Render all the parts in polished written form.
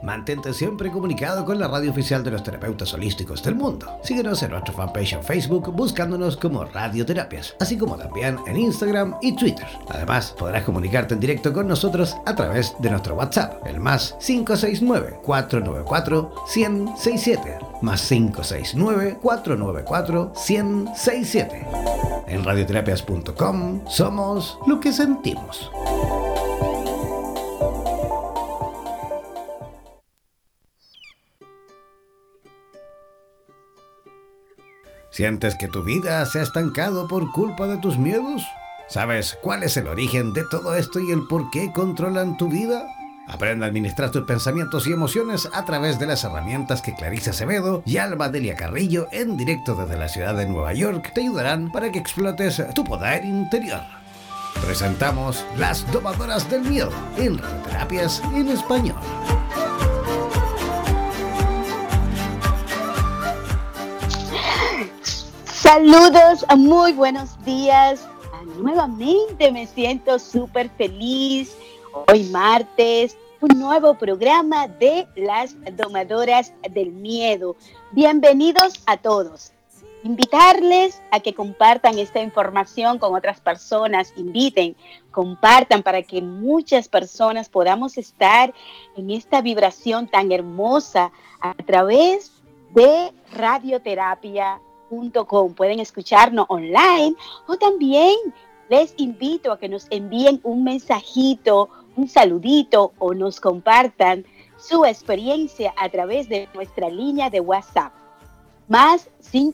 Mantente siempre comunicado con la radio oficial de los terapeutas holísticos del mundo. Síguenos en nuestra fanpage en Facebook buscándonos como Radioterapias, así como también en Instagram y Twitter. Además, podrás comunicarte en directo con nosotros a través de nuestro WhatsApp, el más 569-494-1067, más 569-494-1067. En radioterapias.com somos lo que sentimos. ¿Sientes que tu vida se ha estancado por culpa de tus miedos? ¿Sabes cuál es el origen de todo esto y el por qué controlan tu vida? Aprende a administrar tus pensamientos y emociones a través de las herramientas que Clarisa Acevedo y Alma Delia Carrillo, en directo desde la ciudad de Nueva York, te ayudarán para que explotes tu poder interior. Presentamos Las Domadoras del Miedo en Radioterapias en Español. Saludos, muy buenos días. Nuevamente me siento súper feliz. Hoy martes, un nuevo programa de Las Domadoras del Miedo. Bienvenidos a todos. Invitarles a que compartan esta información con otras personas. Compartan para que muchas personas podamos estar en esta vibración tan hermosa a través de radioterapia.com. Pueden escucharnos online o también les invito a que nos envíen un mensajito, un saludito o nos compartan su experiencia a través de nuestra línea de WhatsApp. Más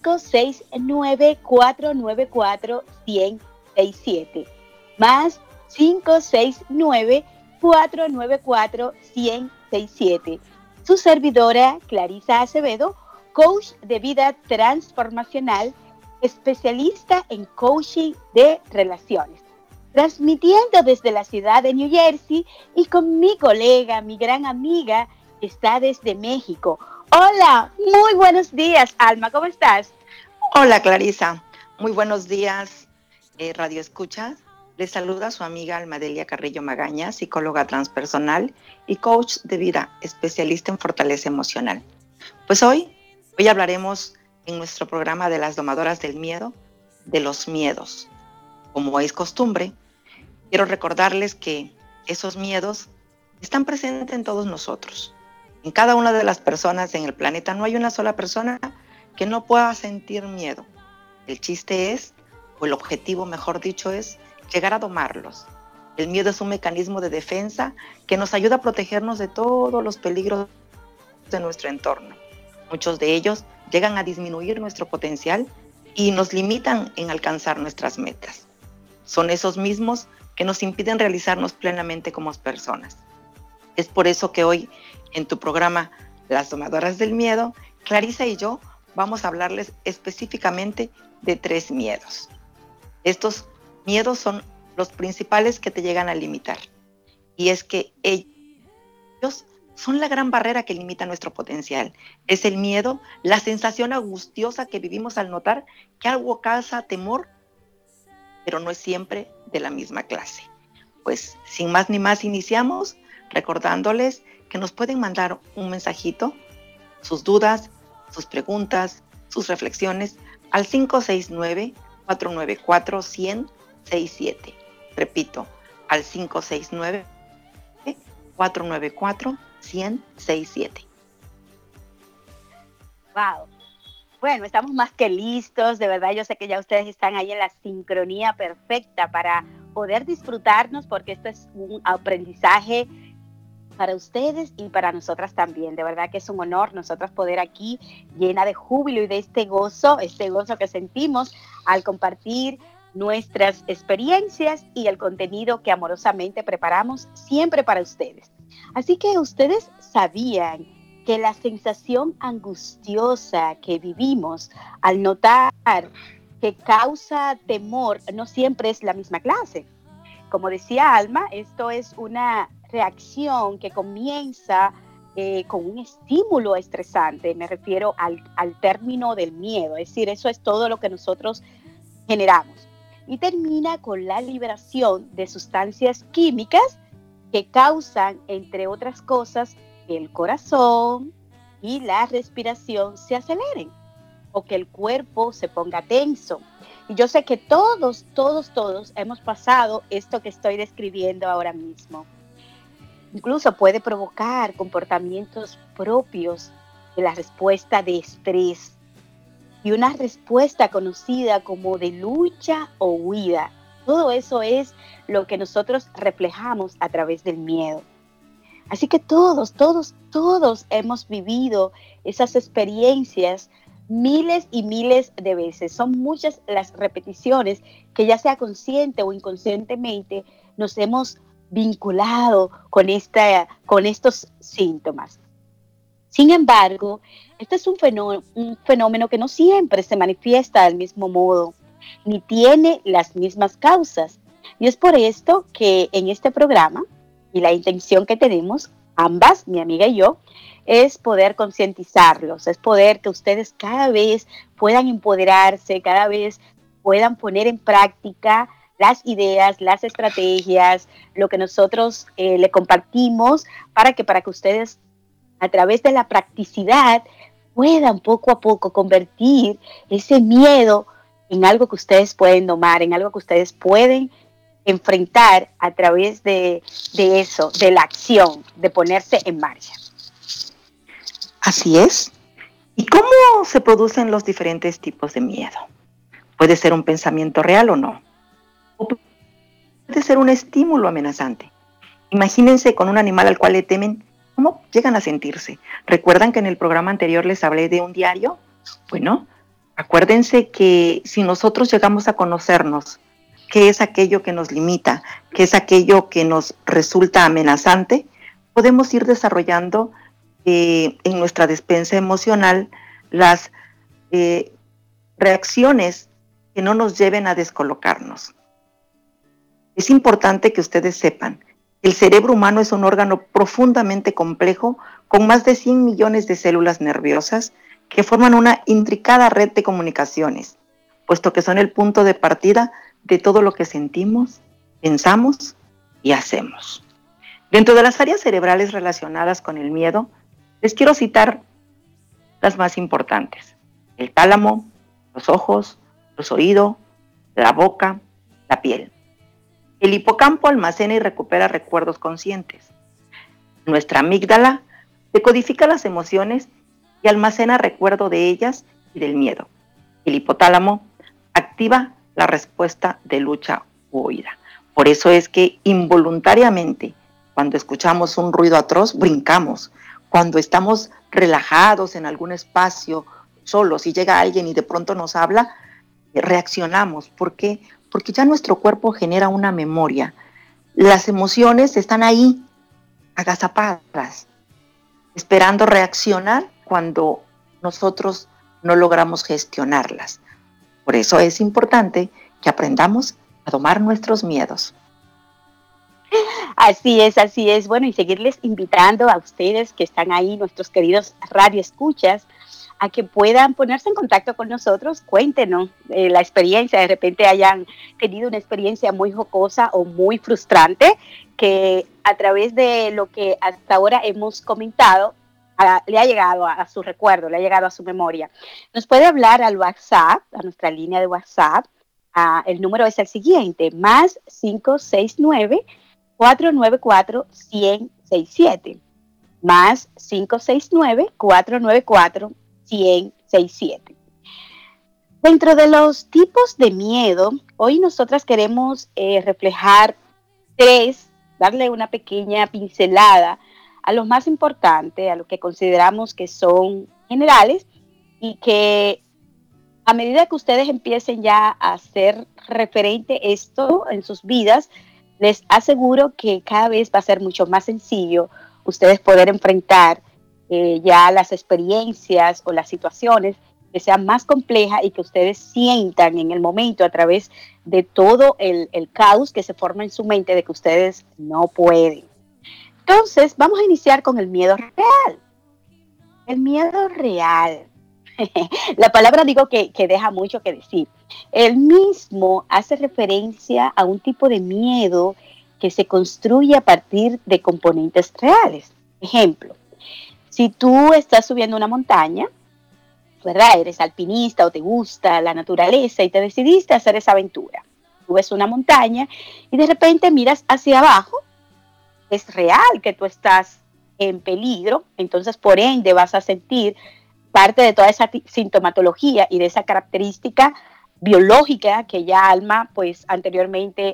569-494-1067. Más 569-494-1067. Su servidora, Clarisa Acevedo, coach de vida transformacional, especialista en coaching de relaciones, transmitiendo desde la ciudad de New Jersey y con mi colega, mi gran amiga, que está desde México. Hola, muy buenos días, Alma, ¿cómo estás? Hola, Clarisa, muy buenos días, Radio Escuchas. Les saluda su amiga Alma Delia Carrillo Magaña, psicóloga transpersonal y coach de vida, especialista en fortaleza emocional. Pues hoy hablaremos en nuestro programa de Las Domadoras del Miedo, de los miedos. Como es costumbre, quiero recordarles que esos miedos están presentes en todos nosotros. En cada una de las personas en el planeta no hay una sola persona que no pueda sentir miedo. El chiste es, o el objetivo mejor dicho es, llegar a domarlos. El miedo es un mecanismo de defensa que nos ayuda a protegernos de todos los peligros de nuestro entorno. Muchos de ellos llegan a disminuir nuestro potencial y nos limitan en alcanzar nuestras metas. Son esos mismos que nos impiden realizarnos plenamente como personas. Es por eso que hoy, en tu programa Las Domadoras del Miedo, Clarisa y yo vamos a hablarles específicamente de 3 miedos. Estos miedos son los principales que te llegan a limitar. Y es que ellos son la gran barrera que limita nuestro potencial. Es el miedo, la sensación angustiosa que vivimos al notar que algo causa temor, pero no es siempre de la misma clase. Pues sin más ni más iniciamos recordándoles que nos pueden mandar un mensajito, sus dudas, sus preguntas, sus reflexiones al 569-494-1067. Repito, al 569-494-1067. Wow. Bueno, estamos más que listos, de verdad yo sé que ya ustedes están ahí en la sincronía perfecta para poder disfrutarnos, porque esto es un aprendizaje para ustedes y para nosotras también. De verdad que es un honor nosotras poder aquí llena de júbilo y de este gozo que sentimos al compartir nuestras experiencias y el contenido que amorosamente preparamos siempre para ustedes. Así que ustedes sabían que la sensación angustiosa que vivimos al notar que causa temor no siempre es la misma clase. Como decía Alma, esto es una reacción que comienza con un estímulo estresante. Me refiero al término del miedo, es decir, eso es todo lo que nosotros generamos. Y termina con la liberación de sustancias químicas que causan, entre otras cosas, que el corazón y la respiración se aceleren o que el cuerpo se ponga tenso. Y yo sé que todos hemos pasado esto que estoy describiendo ahora mismo. Incluso puede provocar comportamientos propios de la respuesta de estrés y una respuesta conocida como de lucha o huida. Todo eso es lo que nosotros reflejamos a través del miedo. Así que todos hemos vivido esas experiencias miles y miles de veces. Son muchas las repeticiones que ya sea consciente o inconscientemente nos hemos vinculado con estos síntomas. Sin embargo, este es un fenómeno que no siempre se manifiesta del mismo modo, ni tiene las mismas causas. Y es por esto que en este programa, y la intención que tenemos, ambas, mi amiga y yo, es poder concientizarlos, es poder que ustedes cada vez puedan empoderarse, cada vez puedan poner en práctica las ideas, las estrategias, lo que nosotros le compartimos para que ustedes a través de la practicidad puedan poco a poco convertir ese miedo en algo que ustedes pueden domar, en algo que ustedes pueden enfrentar a través de eso, de la acción, de ponerse en marcha. Así es. ¿Y cómo se producen los diferentes tipos de miedo? Puede ser un pensamiento real o no. O puede ser un estímulo amenazante. Imagínense con un animal al cual le temen, ¿cómo llegan a sentirse? ¿Recuerdan que en el programa anterior les hablé de un diario? Bueno, acuérdense que si nosotros llegamos a conocernos, qué es aquello que nos limita, qué es aquello que nos resulta amenazante, podemos ir desarrollando en nuestra despensa emocional las reacciones que no nos lleven a descolocarnos. Es importante que ustedes sepan que el cerebro humano es un órgano profundamente complejo con más de 100 millones de células nerviosas que forman una intricada red de comunicaciones, puesto que son el punto de partida de todo lo que sentimos, pensamos y hacemos. Dentro de las áreas cerebrales relacionadas con el miedo, les quiero citar las más importantes: el tálamo, los ojos, los oídos, la boca, la piel. El hipocampo almacena y recupera recuerdos conscientes. Nuestra amígdala decodifica las emociones y almacena recuerdo de ellas y del miedo. El hipotálamo activa la respuesta de lucha u huida. Por eso es que involuntariamente, cuando escuchamos un ruido atroz, brincamos. Cuando estamos relajados en algún espacio, solos, y llega alguien y de pronto nos habla, reaccionamos. ¿Por qué? Porque ya nuestro cuerpo genera una memoria. Las emociones están ahí, agazapadas, esperando reaccionar cuando nosotros no logramos gestionarlas. Por eso es importante que aprendamos a domar nuestros miedos. Así es. Bueno, y seguirles invitando a ustedes que están ahí, nuestros queridos radioescuchas, a que puedan ponerse en contacto con nosotros. Cuéntenos la experiencia, de repente hayan tenido una experiencia muy jocosa o muy frustrante, que a través de lo que hasta ahora hemos comentado, le ha llegado a su recuerdo, le ha llegado a su memoria. Nos puede hablar al WhatsApp, a nuestra línea de WhatsApp. El número es el siguiente, más 569-494-1067. Más 569-494-1067. Dentro de los tipos de miedo, hoy nosotras queremos reflejar tres, darle una pequeña pincelada a los más importantes, a los que consideramos que son generales y que a medida que ustedes empiecen ya a hacer referente esto en sus vidas, les aseguro que cada vez va a ser mucho más sencillo ustedes poder enfrentar ya las experiencias o las situaciones que sean más complejas y que ustedes sientan en el momento a través de todo el caos que se forma en su mente de que ustedes no pueden. Entonces, vamos a iniciar con el miedo real. El miedo real. La palabra digo que deja mucho que decir. El mismo hace referencia a un tipo de miedo que se construye a partir de componentes reales. Ejemplo, Si tú estás subiendo una montaña, ¿verdad? Eres alpinista o te gusta la naturaleza y te decidiste a hacer esa aventura. Tú ves una montaña y de repente miras hacia abajo, es real que tú estás en peligro, entonces por ende vas a sentir parte de toda esa sintomatología y de esa característica biológica que ya Alma pues anteriormente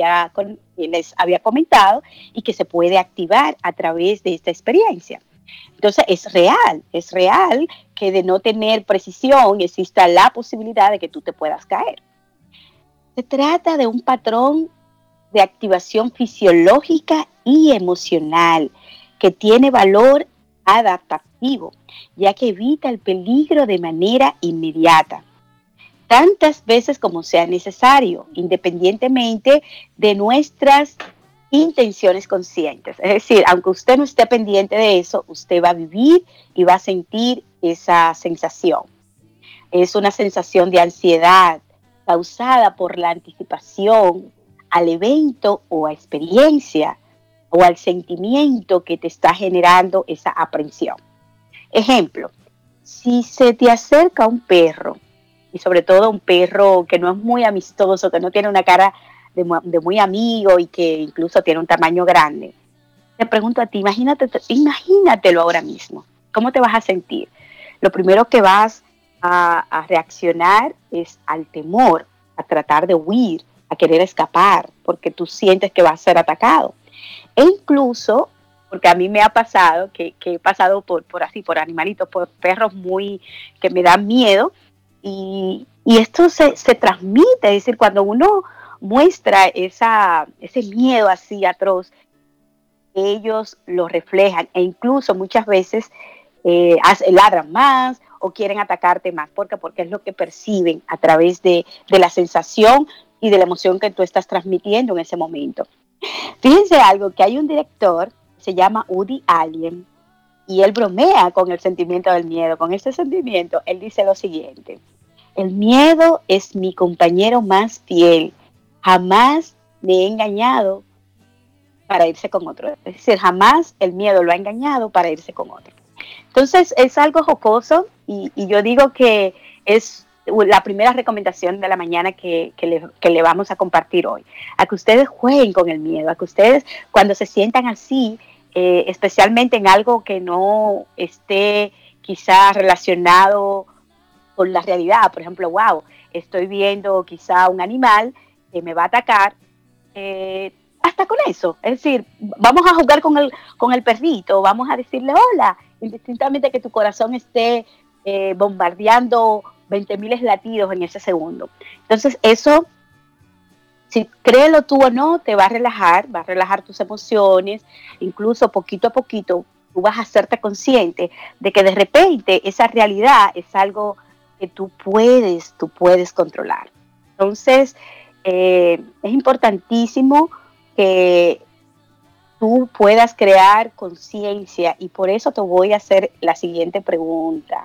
les había comentado y que se puede activar a través de esta experiencia. Entonces es real que de no tener precisión exista la posibilidad de que tú te puedas caer. Se trata de un patrón de activación fisiológica y emocional que tiene valor adaptativo, ya que evita el peligro de manera inmediata, tantas veces como sea necesario, independientemente de nuestras intenciones conscientes. Es decir, aunque usted no esté pendiente de eso, usted va a vivir y va a sentir esa sensación. Es una sensación de ansiedad causada por la anticipación al evento o a experiencia o al sentimiento que te está generando esa aprensión. Ejemplo, si se te acerca un perro, y sobre todo un perro que no es muy amistoso, que no tiene una cara de muy amigo y que incluso tiene un tamaño grande, te pregunto a ti, imagínatelo ahora mismo, ¿cómo te vas a sentir? Lo primero que vas a reaccionar es al temor, a tratar de huir, a querer escapar, porque tú sientes que vas a ser atacado. E incluso, porque a mí me ha pasado, que he pasado por animalitos, por perros que me dan miedo, y esto se transmite, es decir, cuando uno muestra ese miedo así atroz, ellos lo reflejan e incluso muchas veces ladran más o quieren atacarte más, porque es lo que perciben a través de la sensación y de la emoción que tú estás transmitiendo en ese momento. Fíjense algo, que hay un director, se llama Woody Allen, y él bromea con el sentimiento del miedo. Con ese sentimiento, él dice lo siguiente: el miedo es mi compañero más fiel, jamás me he engañado para irse con otro. Es decir, jamás el miedo lo ha engañado para irse con otro. Entonces, es algo jocoso y yo digo que es la primera recomendación de la mañana que le vamos a compartir hoy, a que ustedes jueguen con el miedo, a que ustedes cuando se sientan así, especialmente en algo que no esté quizá relacionado con la realidad, por ejemplo, wow, estoy viendo quizá un animal que me va a atacar, hasta con eso, es decir, vamos a jugar con el perrito, vamos a decirle hola, indistintamente que tu corazón esté bombardeando 20,000 latidos en ese segundo. Entonces eso, si créelo tú o no, te va a relajar tus emociones, incluso poquito a poquito tú vas a hacerte consciente de que de repente esa realidad es algo que tú puedes controlar. Entonces es importantísimo que tú puedas crear conciencia y por eso te voy a hacer la siguiente pregunta.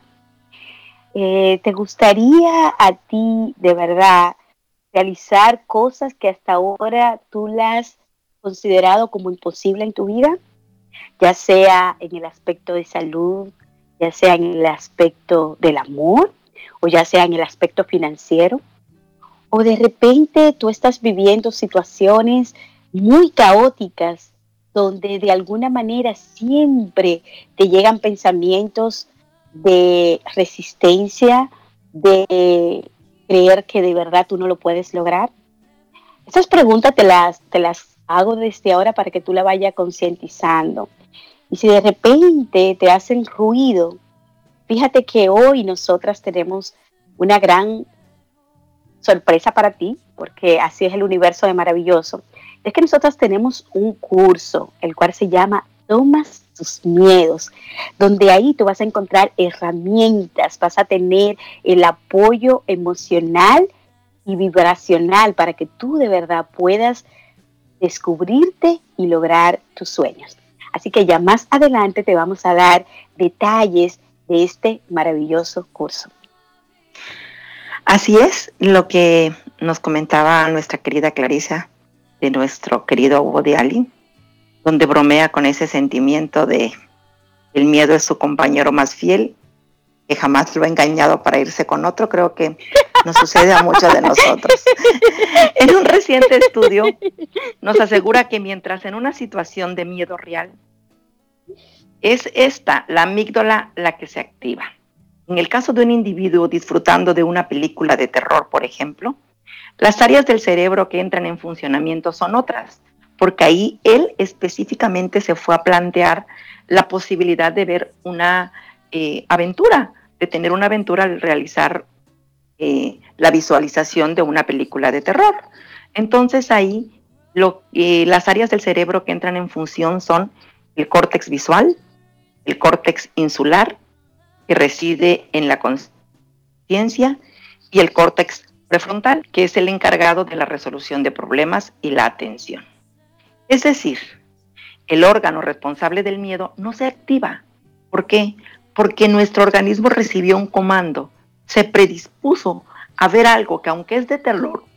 ¿Te gustaría a ti de verdad realizar cosas que hasta ahora tú las has considerado como imposible en tu vida? Ya sea en el aspecto de salud, ya sea en el aspecto del amor, o ya sea en el aspecto financiero, o de repente tú estás viviendo situaciones muy caóticas donde de alguna manera siempre te llegan pensamientos de resistencia, de creer que de verdad tú no lo puedes lograr. Esas preguntas te las hago desde ahora para que tú la vayas concientizando. Y si de repente te hacen ruido, fíjate que hoy nosotras tenemos una gran sorpresa para ti, porque así es el universo de maravilloso. Es que nosotros tenemos un curso, el cual se llama Tomas tus miedos, donde ahí tú vas a encontrar herramientas, vas a tener el apoyo emocional y vibracional para que tú de verdad puedas descubrirte y lograr tus sueños. Así que ya más adelante te vamos a dar detalles de este maravilloso curso. Así es, lo que nos comentaba nuestra querida Clarisa de nuestro querido Woody Allen, donde bromea con ese sentimiento de El miedo es su compañero más fiel, que jamás lo ha engañado para irse con otro. Creo que nos sucede a muchos de nosotros. En un reciente estudio nos asegura que mientras en una situación de miedo real, es esta, la amígdala, la que se activa. En el caso de un individuo disfrutando de una película de terror, por ejemplo, las áreas del cerebro que entran en funcionamiento son otras, porque ahí él específicamente se fue a plantear la posibilidad de ver una aventura, de tener una aventura al realizar la visualización de una película de terror. Entonces ahí las áreas del cerebro que entran en función son el córtex visual, el córtex insular, que reside en la conciencia, y el córtex prefrontal, que es el encargado de la resolución de problemas y la atención. Es decir, el órgano responsable del miedo no se activa. ¿Por qué? Porque nuestro organismo recibió un comando, se predispuso a ver algo que aunque es de terror,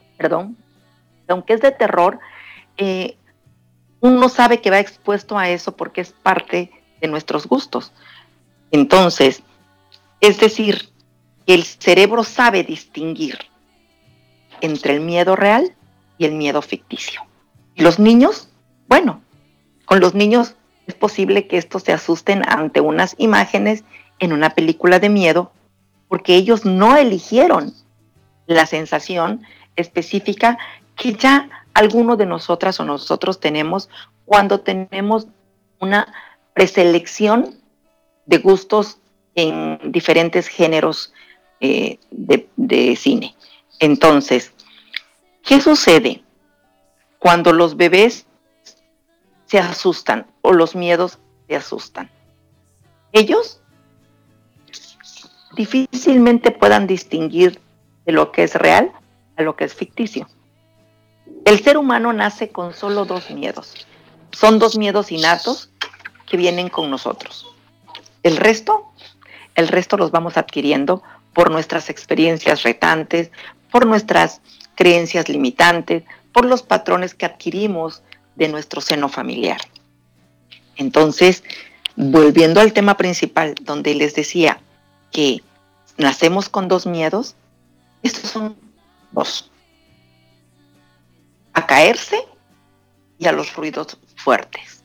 uno sabe que va expuesto a eso porque es parte de nuestros gustos. Entonces, es decir, el cerebro sabe distinguir entre el miedo real y el miedo ficticio. ¿Y los niños? Bueno, con los niños es posible que estos se asusten ante unas imágenes en una película de miedo porque ellos no eligieron la sensación específica que ya alguno de nosotras o nosotros tenemos cuando tenemos una preselección de gustos en diferentes géneros de cine. Entonces, ¿qué sucede cuando los bebés se asustan o los miedos se asustan? Ellos difícilmente puedan distinguir de lo que es real a lo que es ficticio. El ser humano nace con solo 2 miedos. Son 2 miedos innatos que vienen con nosotros. El resto los vamos adquiriendo por nuestras experiencias retantes, por nuestras creencias limitantes, por los patrones que adquirimos de nuestro seno familiar. Entonces, volviendo al tema principal, donde les decía que nacemos con 2 miedos, estos son 2. A caerse y a los ruidos fuertes.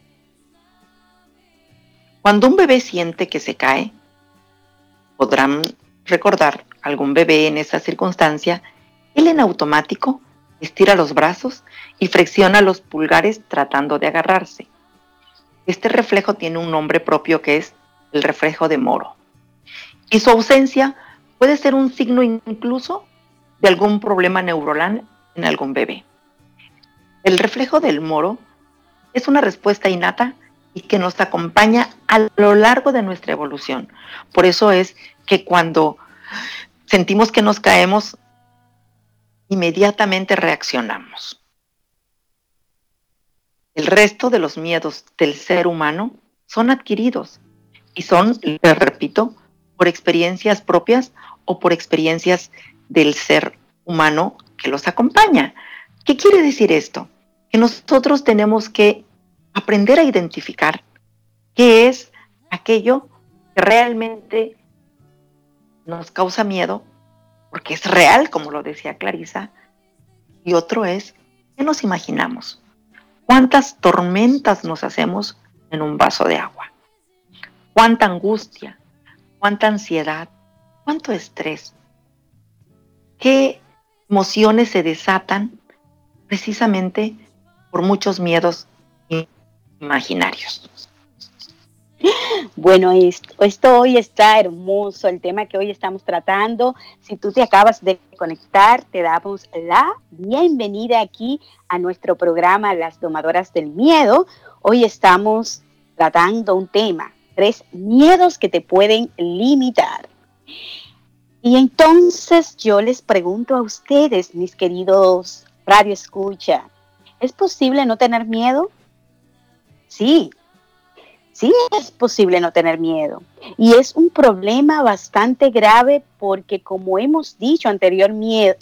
Cuando un bebé siente que se cae, podrán recordar algún bebé en esa circunstancia, él en automático estira los brazos y flexiona los pulgares tratando de agarrarse. Este reflejo tiene un nombre propio que es el reflejo de Moro. Y su ausencia puede ser un signo incluso de algún problema neuronal en algún bebé. El reflejo del Moro es una respuesta innata y que nos acompaña a lo largo de nuestra evolución. Por eso es que cuando sentimos que nos caemos, inmediatamente reaccionamos. El resto de los miedos del ser humano son adquiridos y son, les repito, por experiencias propias o por experiencias del ser humano que los acompaña. ¿Qué quiere decir esto? Que nosotros tenemos que aprender a identificar qué es aquello que realmente nos causa miedo, porque es real, como lo decía Clarisa, y otro es qué nos imaginamos. ¿Cuántas tormentas nos hacemos en un vaso de agua? ¿Cuánta angustia? ¿Cuánta ansiedad? ¿Cuánto estrés? ¿Qué emociones se desatan precisamente por muchos miedos imaginarios? Bueno, esto hoy está hermoso, el tema que hoy estamos tratando. Si tú te acabas de conectar, te damos la bienvenida aquí a nuestro programa Las Domadoras del Miedo. Hoy estamos tratando un tema, 3 miedos que te pueden limitar. Y entonces yo les pregunto a ustedes, mis queridos Radio Escucha, ¿es posible no tener miedo? Sí es posible no tener miedo. Y es un problema bastante grave porque, como hemos dicho anteriormente,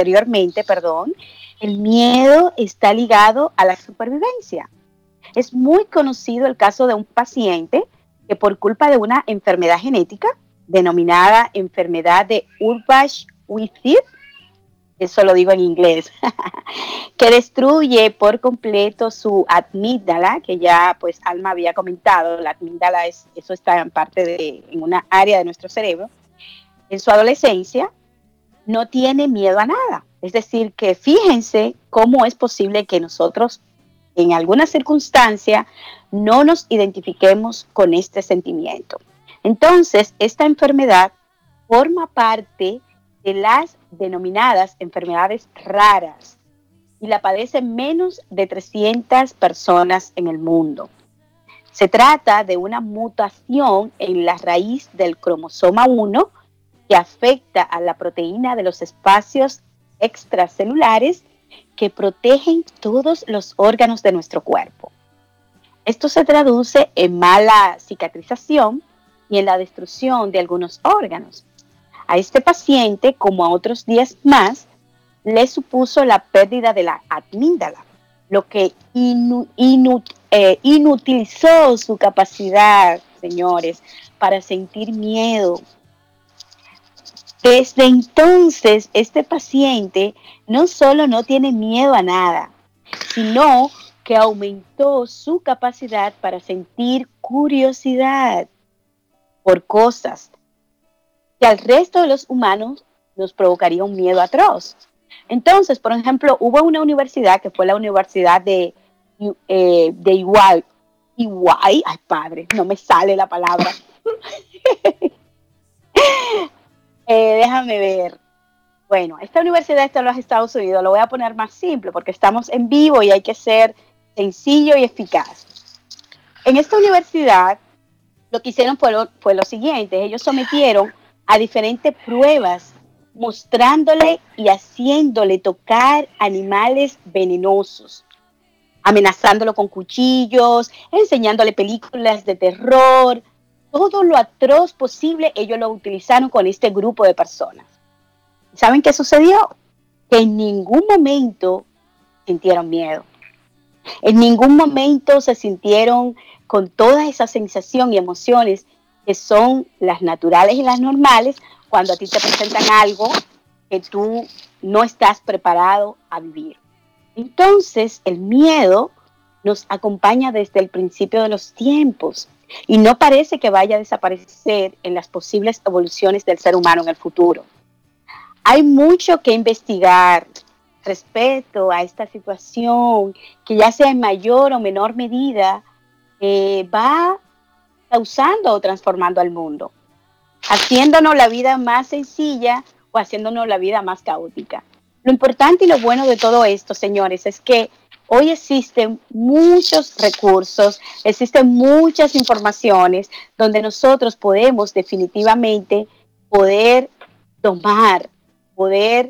el miedo está ligado a la supervivencia. Es muy conocido el caso de un paciente que por culpa de una enfermedad genética denominada enfermedad de Urbach-Wiethe, eso lo digo en inglés, que destruye por completo su amígdala, que ya pues Alma había comentado, la amígdala eso está en una área de nuestro cerebro. En su adolescencia no tiene miedo a nada. Es decir, que fíjense cómo es posible que nosotros en alguna circunstancia no nos identifiquemos con este sentimiento. Entonces, esta enfermedad forma parte de las denominadas enfermedades raras y la padecen menos de 300 personas en el mundo. Se trata de una mutación en la raíz del cromosoma 1 que afecta a la proteína de los espacios extracelulares que protegen todos los órganos de nuestro cuerpo. Esto se traduce en mala cicatrización y en la destrucción de algunos órganos. A este paciente, como a otros 10 más, le supuso la pérdida de la amígdala, lo que inutilizó su capacidad, señores, para sentir miedo. Desde entonces, este paciente no solo no tiene miedo a nada, sino que aumentó su capacidad para sentir curiosidad por cosas que al resto de los humanos nos provocaría un miedo atroz. Entonces, por ejemplo, hubo una universidad que fue la Universidad de igual, ay padre, no me sale la palabra. Déjame ver. Bueno, esta universidad está en los Estados Unidos, lo voy a poner más simple porque estamos en vivo y hay que ser sencillo y eficaz. En esta universidad, lo que hicieron fue lo siguiente, ellos sometieron a diferentes pruebas, mostrándole y haciéndole tocar animales venenosos, amenazándolo con cuchillos, enseñándole películas de terror, todo lo atroz posible ellos lo utilizaron con este grupo de personas. ¿Saben qué sucedió? Que en ningún momento sintieron miedo. En ningún momento se sintieron con toda esa sensación y emociones que son las naturales y las normales cuando a ti te presentan algo que tú no estás preparado a vivir. Entonces, el miedo nos acompaña desde el principio de los tiempos y no parece que vaya a desaparecer en las posibles evoluciones del ser humano en el futuro. Hay mucho que investigar respecto a esta situación que ya sea en mayor o menor medida va causando o transformando al mundo, haciéndonos la vida más sencilla o haciéndonos la vida más caótica. Lo importante y lo bueno de todo esto, señores, es que hoy existen muchos recursos, existen muchas informaciones donde nosotros podemos definitivamente poder tomar, poder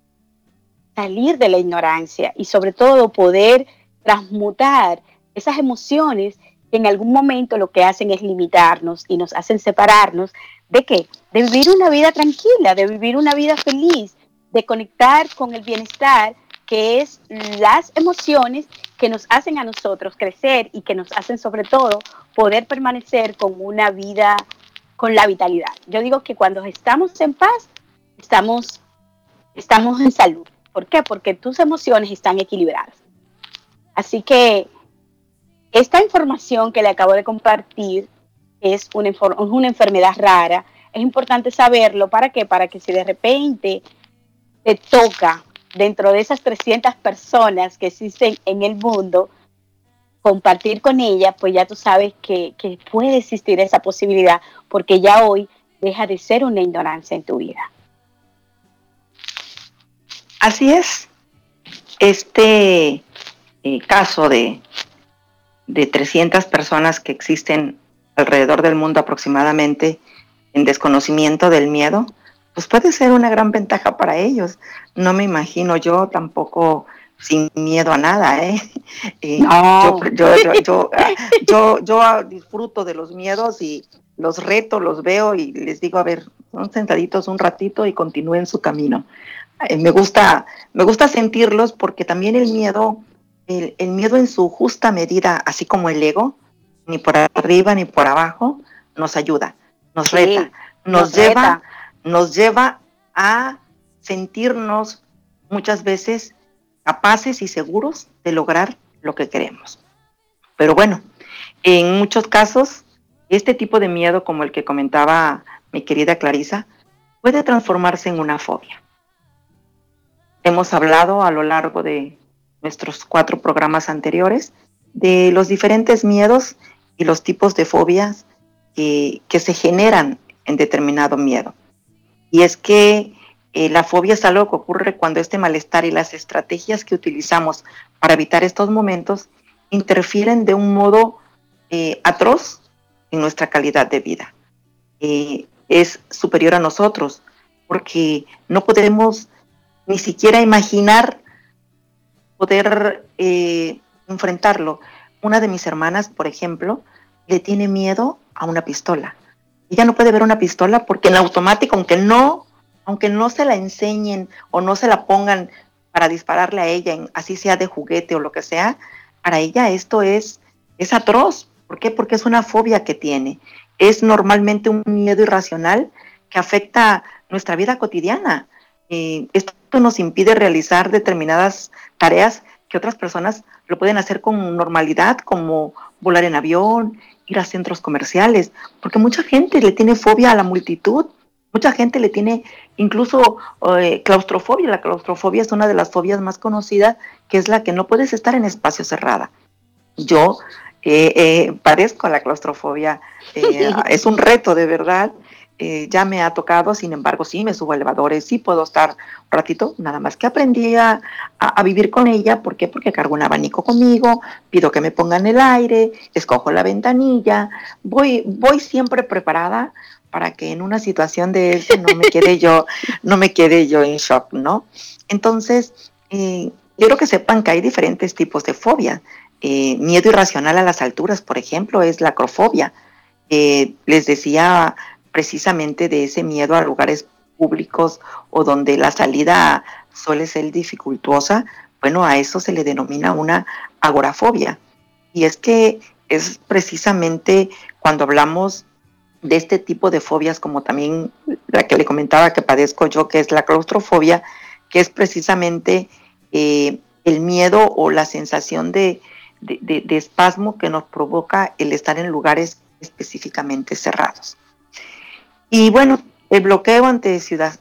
salir de la ignorancia y sobre todo poder transmutar esas emociones que en algún momento lo que hacen es limitarnos y nos hacen separarnos ¿de qué? De vivir una vida tranquila, de vivir una vida feliz, de conectar con el bienestar, que es las emociones que nos hacen a nosotros crecer y que nos hacen sobre todo poder permanecer con una vida, con la vitalidad. Yo digo que cuando estamos en paz, estamos en salud. ¿Por qué? Porque tus emociones están equilibradas. Así que esta información que le acabo de compartir es una enfermedad rara. Es importante saberlo. ¿Para qué? Para que si de repente te toca dentro de esas 300 personas que existen en el mundo, compartir con ella, pues ya tú sabes que puede existir esa posibilidad, porque ya hoy deja de ser una ignorancia en tu vida. Así es. Este caso de 300 personas que existen alrededor del mundo aproximadamente en desconocimiento del miedo, pues puede ser una gran ventaja para ellos. No me imagino yo tampoco sin miedo a nada, ¿eh? No. Yo disfruto de los miedos y los reto, los veo y les digo, a ver, son sentaditos un ratito y continúen su camino. Me gusta sentirlos porque también el miedo en su justa medida, así como el ego, ni por arriba ni por abajo, nos ayuda, nos Sí, reta, nos reta. nos lleva a sentirnos muchas veces capaces y seguros de lograr lo que queremos. Pero bueno, en muchos casos, este tipo de miedo, como el que comentaba mi querida Clarisa, puede transformarse en una fobia. Hemos hablado a lo largo de nuestros 4 programas anteriores de los diferentes miedos y los tipos de fobias que se generan en determinado miedo. Y es que la fobia es algo que ocurre cuando este malestar y las estrategias que utilizamos para evitar estos momentos interfieren de un modo atroz en nuestra calidad de vida. Es superior a nosotros porque no podemos ni siquiera imaginar poder enfrentarlo. Una de mis hermanas, por ejemplo, le tiene miedo a una pistola. Ella no puede ver una pistola porque en automático, aunque no se la enseñen o no se la pongan para dispararle a ella, así sea de juguete o lo que sea, para ella esto es atroz. ¿Por qué? Porque es una fobia que tiene. Es normalmente un miedo irracional que afecta nuestra vida cotidiana. Esto nos impide realizar determinadas tareas que otras personas lo pueden hacer con normalidad, como volar en avión, ir a centros comerciales, porque mucha gente le tiene fobia a la multitud, mucha gente le tiene incluso claustrofobia. La claustrofobia es una de las fobias más conocidas, que es la que no puedes estar en espacio cerrado. Yo padezco la claustrofobia, es un reto de verdad. Ya me ha tocado, sin embargo, sí me subo a elevadores, sí puedo estar un ratito, nada más que aprendí a vivir con ella. ¿Por qué? Porque cargo un abanico conmigo, pido que me pongan el aire, escojo la ventanilla, voy siempre preparada para que en una situación de ese no me quede yo en shock, ¿no? Entonces, quiero que sepan que hay diferentes tipos de fobia. Miedo irracional a las alturas, por ejemplo, es la acrofobia. Les decía precisamente de ese miedo a lugares públicos o donde la salida suele ser dificultosa. Bueno, a eso se le denomina una agorafobia. Y es que es precisamente cuando hablamos de este tipo de fobias, como también la que le comentaba que padezco yo, que es la claustrofobia, que es precisamente el miedo o la sensación de espasmo que nos provoca el estar en lugares específicamente cerrados. Y bueno, el bloqueo ante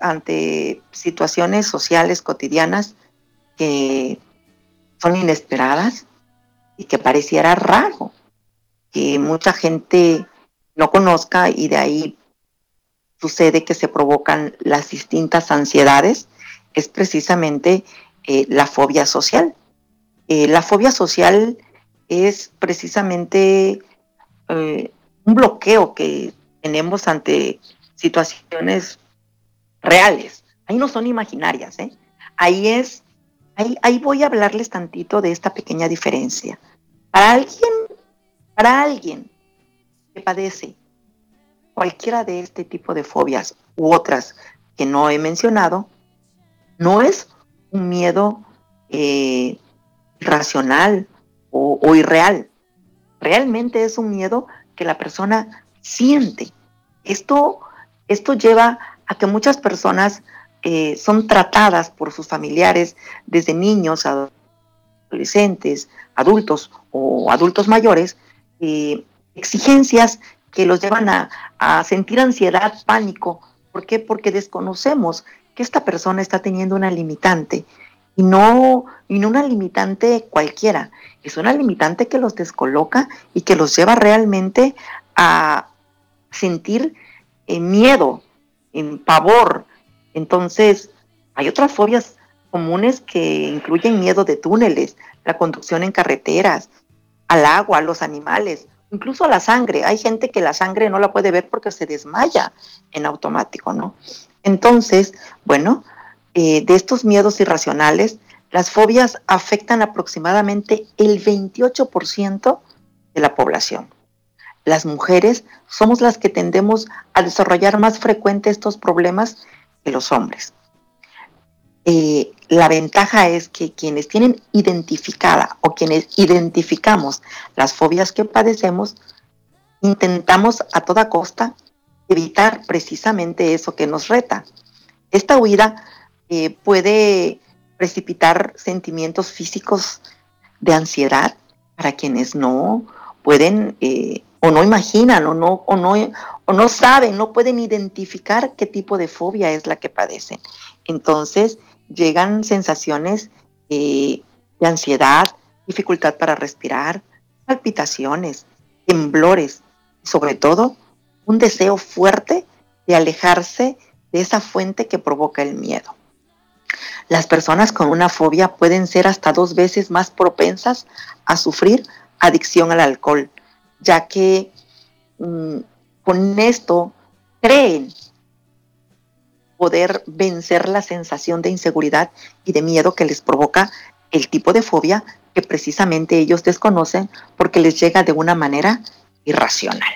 situaciones sociales cotidianas que son inesperadas y que pareciera raro que mucha gente no conozca, y de ahí sucede que se provocan las distintas ansiedades, es precisamente la fobia social. La fobia social es precisamente un bloqueo que tenemos ante situaciones reales. Ahí no son imaginarias, ¿eh? Ahí voy a hablarles tantito de esta pequeña diferencia. Para alguien que padece cualquiera de este tipo de fobias u otras que no he mencionado, no es un miedo irracional o irreal. Realmente es un miedo que la persona siente. Esto lleva a que muchas personas son tratadas por sus familiares desde niños, adolescentes, adultos o adultos mayores, exigencias que los llevan a sentir ansiedad, pánico. ¿Por qué? Porque desconocemos que esta persona está teniendo una limitante, y no una limitante cualquiera, es una limitante que los descoloca y que los lleva realmente a sentir miedo, pavor. Entonces, hay otras fobias comunes que incluyen miedo de túneles, la conducción en carreteras, al agua, a los animales, incluso a la sangre. Hay gente que la sangre no la puede ver porque se desmaya en automático, ¿no? Entonces, bueno, de estos miedos irracionales, las fobias afectan aproximadamente el 28% de la población. Las mujeres somos las que tendemos a desarrollar más frecuente estos problemas que los hombres. La ventaja es que quienes tienen identificada o quienes identificamos las fobias que padecemos, intentamos a toda costa evitar precisamente eso que nos reta. Esta huida puede precipitar sentimientos físicos de ansiedad para quienes no pueden o no imaginan o no saben, no pueden identificar qué tipo de fobia es la que padecen. Entonces llegan sensaciones de ansiedad, dificultad para respirar, palpitaciones, temblores, y sobre todo un deseo fuerte de alejarse de esa fuente que provoca el miedo. Las personas con una fobia pueden ser hasta 2 veces más propensas a sufrir adicción al alcohol, ya que con esto creen poder vencer la sensación de inseguridad y de miedo que les provoca el tipo de fobia que precisamente ellos desconocen porque les llega de una manera irracional.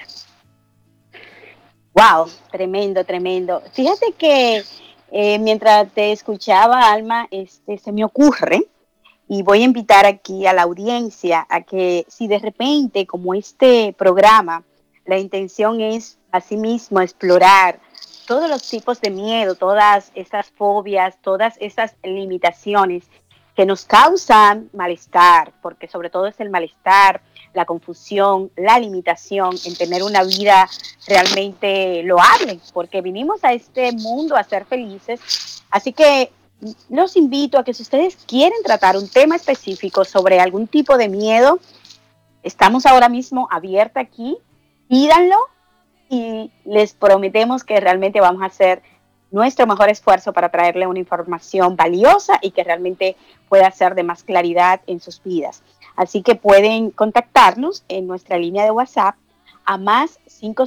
Wow, tremendo, tremendo. Fíjate que mientras te escuchaba, Alma, se me ocurre, y voy a invitar aquí a la audiencia a que si de repente, como este programa, la intención es asimismo explorar todos los tipos de miedo, todas esas fobias, todas esas limitaciones que nos causan malestar, porque sobre todo es el malestar, la confusión, la limitación en tener una vida realmente loable, porque vinimos a este mundo a ser felices. Así que los invito a que si ustedes quieren tratar un tema específico sobre algún tipo de miedo, estamos ahora mismo abiertos aquí, pídanlo y les prometemos que realmente vamos a hacer nuestro mejor esfuerzo para traerle una información valiosa y que realmente pueda ser de más claridad en sus vidas. Así que pueden contactarnos en nuestra línea de WhatsApp a más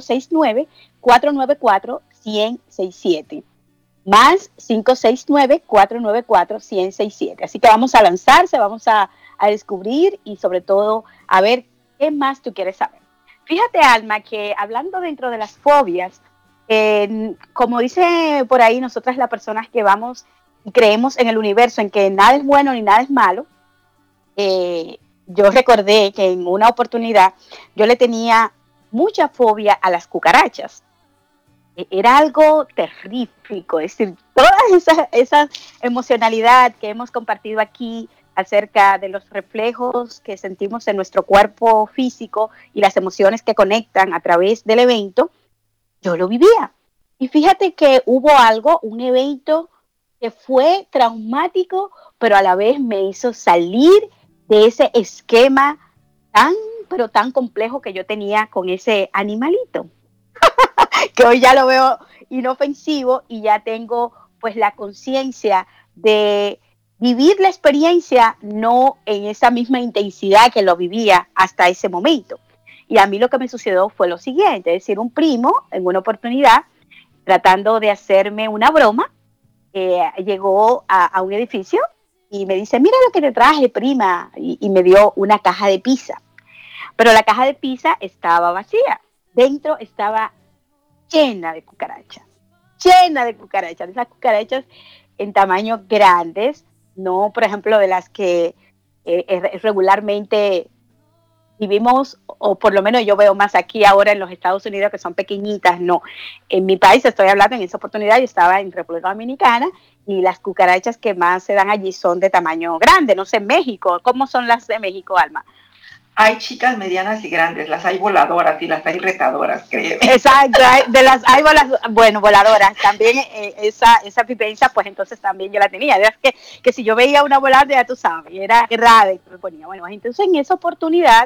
569-494-1067. Más 569-494-1067. Así que vamos a lanzarse, vamos a descubrir y sobre todo a ver qué más tú quieres saber. Fíjate, Alma, que hablando dentro de las fobias, como dice por ahí, nosotras las personas que vamos y creemos en el universo, en que nada es bueno ni nada es malo, yo recordé que en una oportunidad yo le tenía mucha fobia a las cucarachas. Era algo terrífico, es decir, toda esa emocionalidad que hemos compartido aquí acerca de los reflejos que sentimos en nuestro cuerpo físico y las emociones que conectan a través del evento, yo lo vivía. Y fíjate que hubo un evento que fue traumático, pero a la vez me hizo salir de ese esquema pero tan complejo que yo tenía con ese animalito. Que hoy ya lo veo inofensivo y ya tengo pues la conciencia de vivir la experiencia no en esa misma intensidad que lo vivía hasta ese momento. Y a mí lo que me sucedió fue lo siguiente, es decir, un primo en una oportunidad tratando de hacerme una broma, llegó a un edificio y me dice, mira lo que te traje, prima, y me dio una caja de pizza. Pero la caja de pizza estaba vacía, dentro estaba llena de cucarachas, de esas cucarachas en tamaños grandes, no, por ejemplo, de las que regularmente vivimos, o por lo menos yo veo más aquí ahora en los Estados Unidos, que son pequeñitas, no. En mi país, estoy hablando, en esa oportunidad yo estaba en República Dominicana y las cucarachas que más se dan allí son de tamaño grande, no sé, en México. ¿Cómo son las de México, Alma? Hay chicas, medianas y grandes, las hay voladoras y las hay retadoras, créeme. Exacto, hay voladoras. También esa vivencia, pues entonces también yo la tenía. Es que si yo veía una volada, ya tú sabes, era grave que me ponía. Bueno, entonces en esa oportunidad,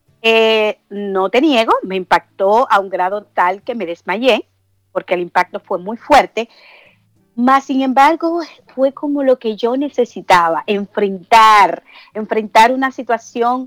no te niego, me impactó a un grado tal que me desmayé, porque el impacto fue muy fuerte. Más sin embargo, fue como lo que yo necesitaba, enfrentar una situación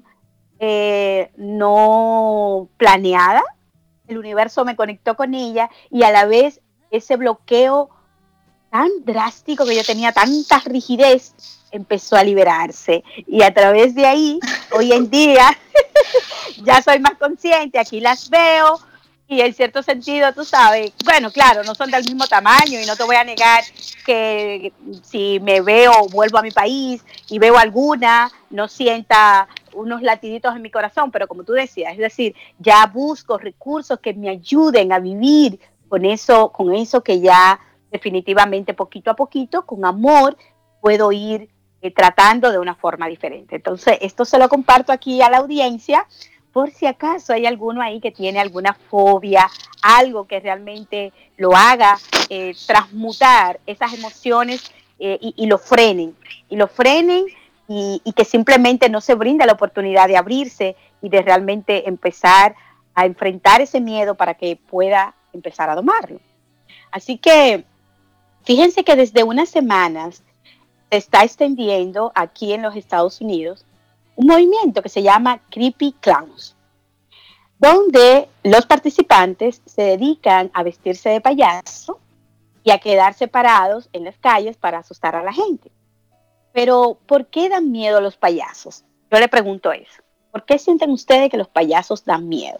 no planeada. El universo me conectó con ella y a la vez ese bloqueo tan drástico que yo tenía, tanta rigidez, empezó a liberarse. Y a través de ahí, hoy en día, ya soy más consciente, aquí las veo, Y en cierto sentido, tú sabes, bueno, claro, no son del mismo tamaño y no te voy a negar que si me veo, vuelvo a mi país y veo alguna, no sienta unos latiditos en mi corazón, pero como tú decías, es decir, ya busco recursos que me ayuden a vivir con eso que ya definitivamente poquito a poquito, con amor, puedo ir tratando de una forma diferente. Entonces, esto se lo comparto aquí a la audiencia por si acaso hay alguno ahí que tiene alguna fobia, algo que realmente lo haga transmutar esas emociones y lo frenen y que simplemente no se brinda la oportunidad de abrirse y de realmente empezar a enfrentar ese miedo para que pueda empezar a domarlo. Así que fíjense que desde unas semanas se está extendiendo aquí en los Estados Unidos un movimiento que se llama Creepy Clowns, donde los participantes se dedican a vestirse de payaso y a quedarse parados en las calles para asustar a la gente. Pero, ¿por qué dan miedo los payasos? Yo le pregunto eso. ¿Por qué sienten ustedes que los payasos dan miedo?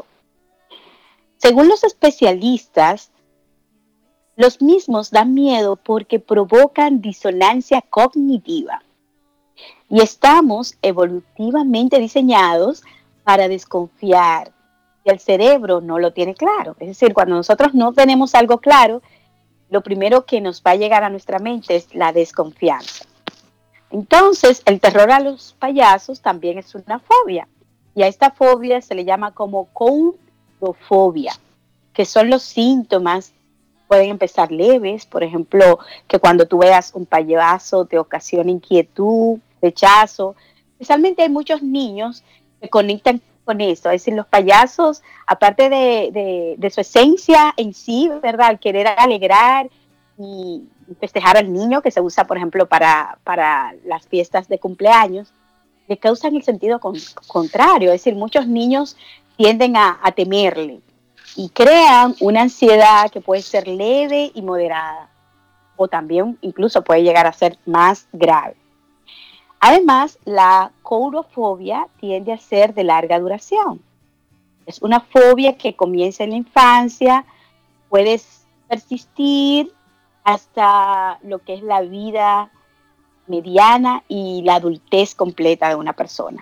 Según los especialistas, los mismos dan miedo porque provocan disonancia cognitiva. Y estamos evolutivamente diseñados para desconfiar. Y el cerebro no lo tiene claro. Es decir, cuando nosotros no tenemos algo claro, lo primero que nos va a llegar a nuestra mente es la desconfianza. Entonces, el terror a los payasos también es una fobia. Y a esta fobia se le llama como coulrofobia, que son los síntomas. Pueden empezar leves, por ejemplo, que cuando tú veas un payaso te ocasiona inquietud, rechazo. Especialmente hay muchos niños que conectan con eso. Es decir, los payasos, aparte de su esencia en sí, ¿verdad? El querer alegrar y festejar al niño, que se usa, por ejemplo, para las fiestas de cumpleaños, le causan el sentido contrario. Es decir, muchos niños tienden a temerle y crean una ansiedad que puede ser leve y moderada, o también incluso puede llegar a ser más grave. Además, la coulrofobia tiende a ser de larga duración. Es una fobia que comienza en la infancia, puede persistir hasta lo que es la vida mediana y la adultez completa de una persona.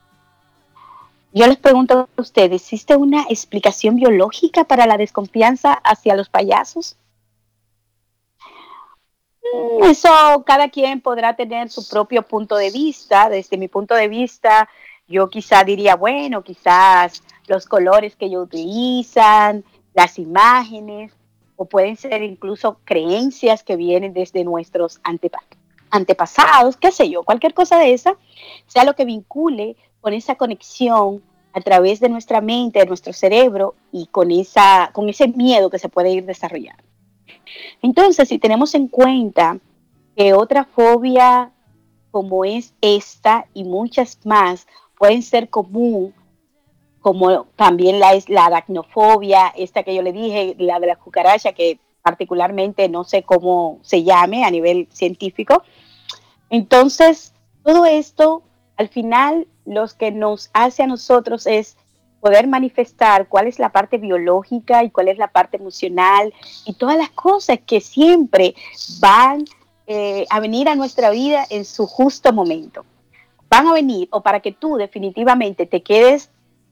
Yo les pregunto a ustedes, ¿existe una explicación biológica para la desconfianza hacia los payasos? Eso cada quien podrá tener su propio punto de vista. Desde mi punto de vista, yo quizá diría, bueno, quizás los colores que ellos utilizan, las imágenes, o pueden ser incluso creencias que vienen desde nuestros antepasados, qué sé yo, cualquier cosa de esa, sea lo que vincule con esa conexión a través de nuestra mente, de nuestro cerebro y con ese miedo que se puede ir desarrollando. Entonces, si tenemos en cuenta que otra fobia como es esta y muchas más pueden ser común, como también es la aracnofobia, esta que yo le dije, la de la cucaracha, que particularmente no sé cómo se llame a nivel científico. Entonces, todo esto, al final, lo que nos hace a nosotros es poder manifestar cuál es la parte biológica y cuál es la parte emocional y todas las cosas que siempre van a venir a nuestra vida en su justo momento. Van a venir o para que tú definitivamente te quedes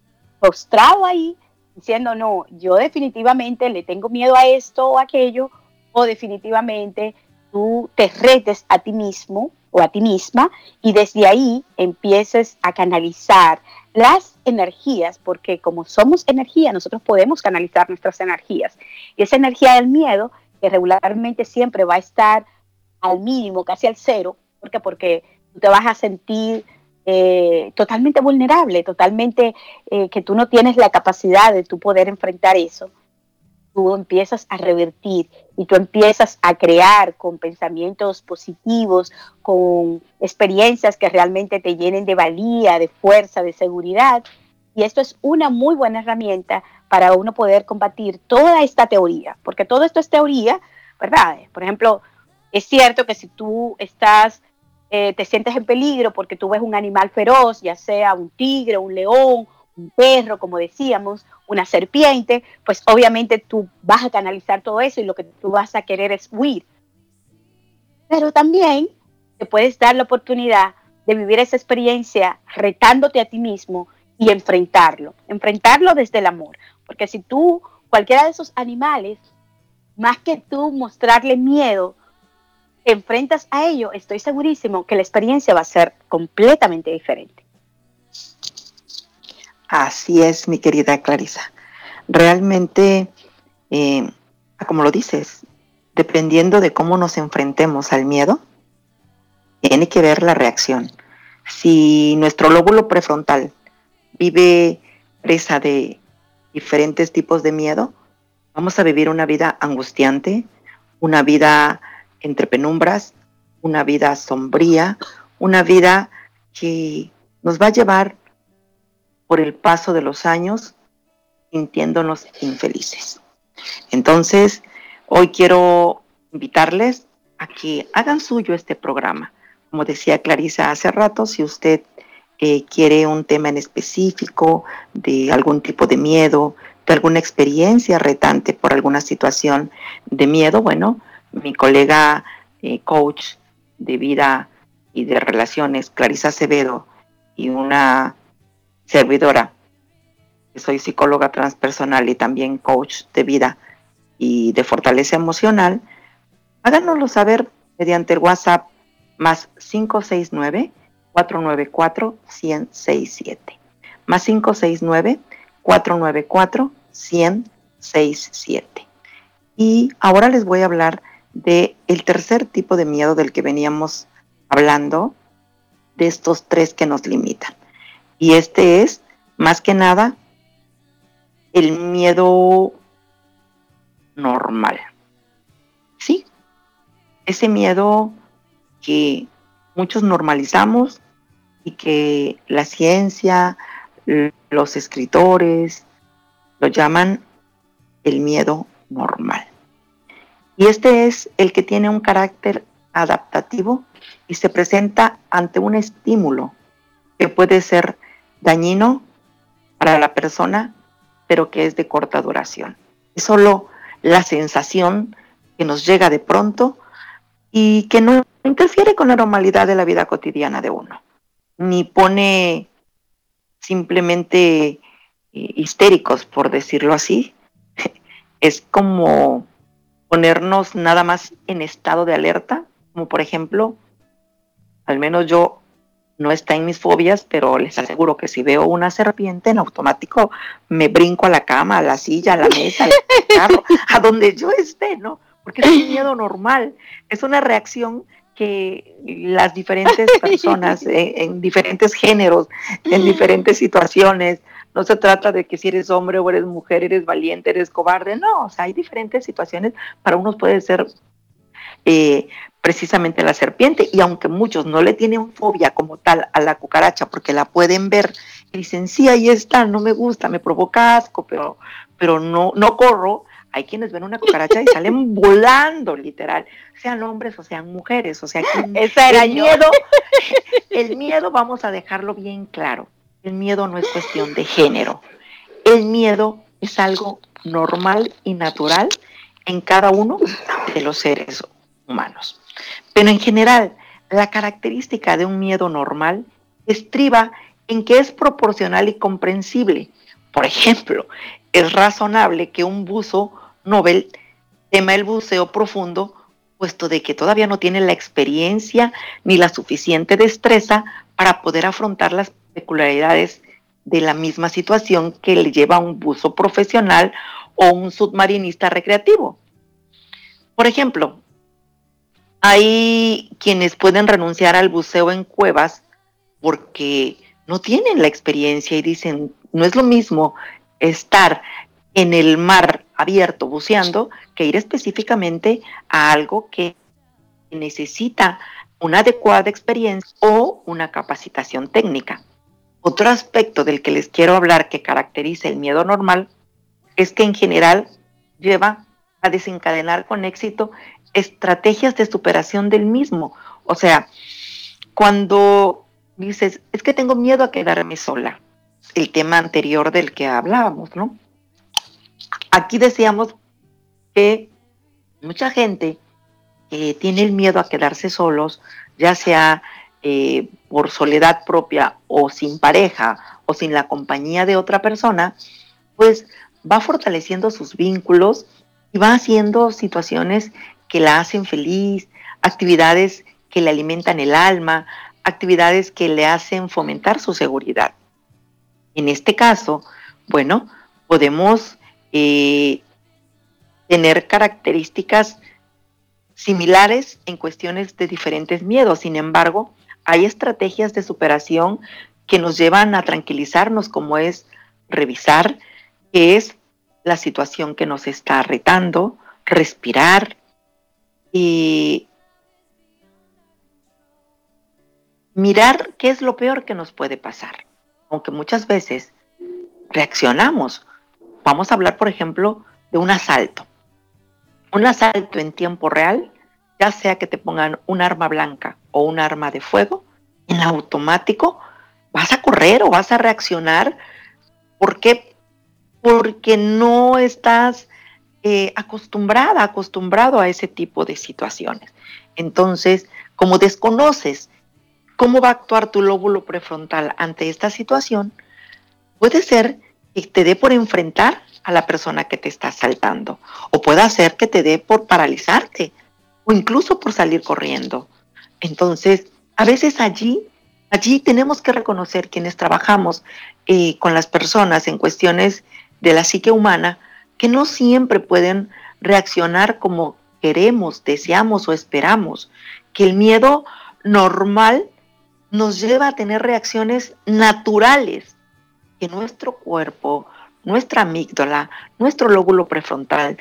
postrado ahí diciendo, no, yo definitivamente le tengo miedo a esto o aquello, o definitivamente tú te retes a ti mismo o a ti misma y desde ahí empieces a canalizar las energías, porque como somos energía, nosotros podemos canalizar nuestras energías. Y esa energía del miedo, que regularmente siempre va a estar al mínimo, casi al cero, ¿por qué? Porque tú te vas a sentir totalmente vulnerable, totalmente que tú no tienes la capacidad de tú poder enfrentar eso. Tú empiezas a revertir y tú empiezas a crear con pensamientos positivos, con experiencias que realmente te llenen de valía, de fuerza, de seguridad. Y esto es una muy buena herramienta para uno poder combatir toda esta teoría, porque todo esto es teoría, ¿verdad? Por ejemplo, es cierto que si tú te sientes en peligro porque tú ves un animal feroz, ya sea un tigre, un león, un un perro, como decíamos, una serpiente, pues obviamente tú vas a canalizar todo eso y lo que tú vas a querer es huir. Pero también te puedes dar la oportunidad de vivir esa experiencia retándote a ti mismo y enfrentarlo desde el amor. Porque si tú, cualquiera de esos animales, más que tú mostrarle miedo, te enfrentas a ello, estoy segurísimo que la experiencia va a ser completamente diferente. Así es, mi querida Clarisa. Realmente, como lo dices, dependiendo de cómo nos enfrentemos al miedo, tiene que ver la reacción. Si nuestro lóbulo prefrontal vive presa de diferentes tipos de miedo, vamos a vivir una vida angustiante, una vida entre penumbras, una vida sombría, una vida que nos va a llevar por el paso de los años sintiéndonos infelices. Entonces, hoy quiero invitarles a que hagan suyo este programa. Como decía Clarisa hace rato, si usted quiere un tema en específico de algún tipo de miedo, de alguna experiencia retante por alguna situación de miedo, bueno, mi colega coach de vida y de relaciones, Clarisa Acevedo, y una servidora, que soy psicóloga transpersonal y también coach de vida y de fortaleza emocional, háganoslo saber mediante el WhatsApp más 569-494-1067. Más 569-494-1067. Y ahora les voy a hablar del tercer tipo de miedo del que veníamos hablando, de estos tres que nos limitan. Y este es, más que nada, el miedo normal. Sí, ese miedo que muchos normalizamos y que la ciencia, los escritores lo llaman el miedo normal. Y este es el que tiene un carácter adaptativo y se presenta ante un estímulo que puede ser dañino para la persona, pero que es de corta duración. Es solo la sensación que nos llega de pronto y que no interfiere con la normalidad de la vida cotidiana de uno, ni pone simplemente histéricos, por decirlo así. Es como ponernos nada más en estado de alerta, como por ejemplo, al menos yo, no está en mis fobias, pero les aseguro que si veo una serpiente, en automático me brinco a la cama, a la silla, a la mesa, al carro, a donde yo esté, ¿no? Porque es un miedo normal, es una reacción que las diferentes personas en diferentes géneros, en diferentes situaciones, no se trata de que si eres hombre o eres mujer, eres valiente, eres cobarde, no, o sea, hay diferentes situaciones, para unos puede ser precisamente la serpiente, y aunque muchos no le tienen fobia como tal a la cucaracha porque la pueden ver y dicen, sí, ahí está, no me gusta, me provoca asco, pero no corro, hay quienes ven una cucaracha y salen volando, literal, sean hombres o sean mujeres, o sea, esa era el miedo, vamos a dejarlo bien claro, el miedo no es cuestión de género, el miedo es algo normal y natural en cada uno de los seres humanos. Pero en general, la característica de un miedo normal estriba en que es proporcional y comprensible. Por ejemplo, es razonable que un buzo novel tema el buceo profundo, puesto de que todavía no tiene la experiencia ni la suficiente destreza para poder afrontar las peculiaridades de la misma situación que le lleva a un buzo profesional o un submarinista recreativo. Por ejemplo, hay quienes pueden renunciar al buceo en cuevas porque no tienen la experiencia y dicen, no es lo mismo estar en el mar abierto buceando que ir específicamente a algo que necesita una adecuada experiencia o una capacitación técnica. Otro aspecto del que les quiero hablar que caracteriza el miedo normal es que en general lleva a desencadenar con éxito estrategias de superación del mismo. O sea, cuando dices, es que tengo miedo a quedarme sola, el tema anterior del que hablábamos, ¿no? Aquí decíamos que mucha gente tiene el miedo a quedarse solos, ya sea por soledad propia o sin pareja o sin la compañía de otra persona, pues va fortaleciendo sus vínculos y va haciendo situaciones que la hacen feliz, actividades que le alimentan el alma, actividades que le hacen fomentar su seguridad. En este caso, bueno, podemos tener características similares en cuestiones de diferentes miedos. Sin embargo, hay estrategias de superación que nos llevan a tranquilizarnos, como es revisar qué es la situación que nos está retando, respirar y mirar qué es lo peor que nos puede pasar. Aunque muchas veces reaccionamos. Vamos a hablar, por ejemplo, de un asalto. Un asalto en tiempo real, ya sea que te pongan un arma blanca o un arma de fuego, en automático vas a correr o vas a reaccionar. ¿Por qué? Porque no estás acostumbrado a ese tipo de situaciones. Entonces, como desconoces cómo va a actuar tu lóbulo prefrontal ante esta situación, puede ser que te dé por enfrentar a la persona que te está asaltando, o puede ser que te dé por paralizarte, o incluso por salir corriendo. Entonces, a veces allí tenemos que reconocer, quienes trabajamos con las personas en cuestiones de la psique humana, que no siempre pueden reaccionar como queremos, deseamos o esperamos, que el miedo normal nos lleva a tener reacciones naturales, que nuestro cuerpo, nuestra amígdala, nuestro lóbulo prefrontal,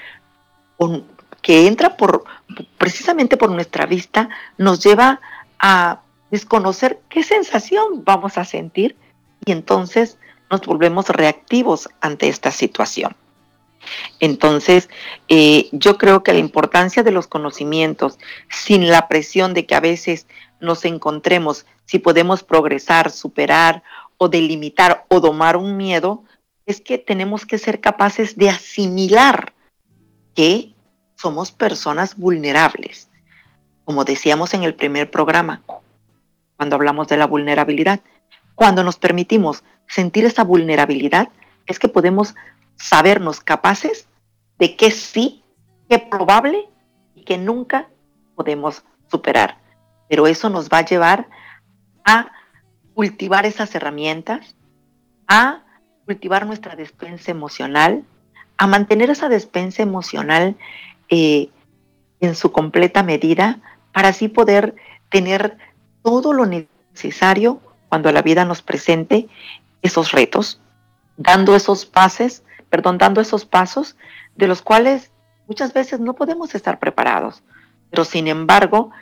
que entra precisamente por nuestra vista, nos lleva a desconocer qué sensación vamos a sentir y entonces nos volvemos reactivos ante esta situación. Entonces, yo creo que la importancia de los conocimientos, sin la presión de que a veces nos encontremos, si podemos progresar, superar o delimitar o domar un miedo, es que tenemos que ser capaces de asimilar que somos personas vulnerables. Como decíamos en el primer programa, cuando hablamos de la vulnerabilidad, cuando nos permitimos sentir esa vulnerabilidad, es que podemos sabernos capaces de que sí, que probable y que nunca podemos superar. Pero eso nos va a llevar a cultivar esas herramientas, a cultivar nuestra despensa emocional, a mantener esa despensa emocional en su completa medida, para así poder tener todo lo necesario cuando la vida nos presente esos retos, dando esos pasos de los cuales muchas veces no podemos estar preparados. Pero sin embargo,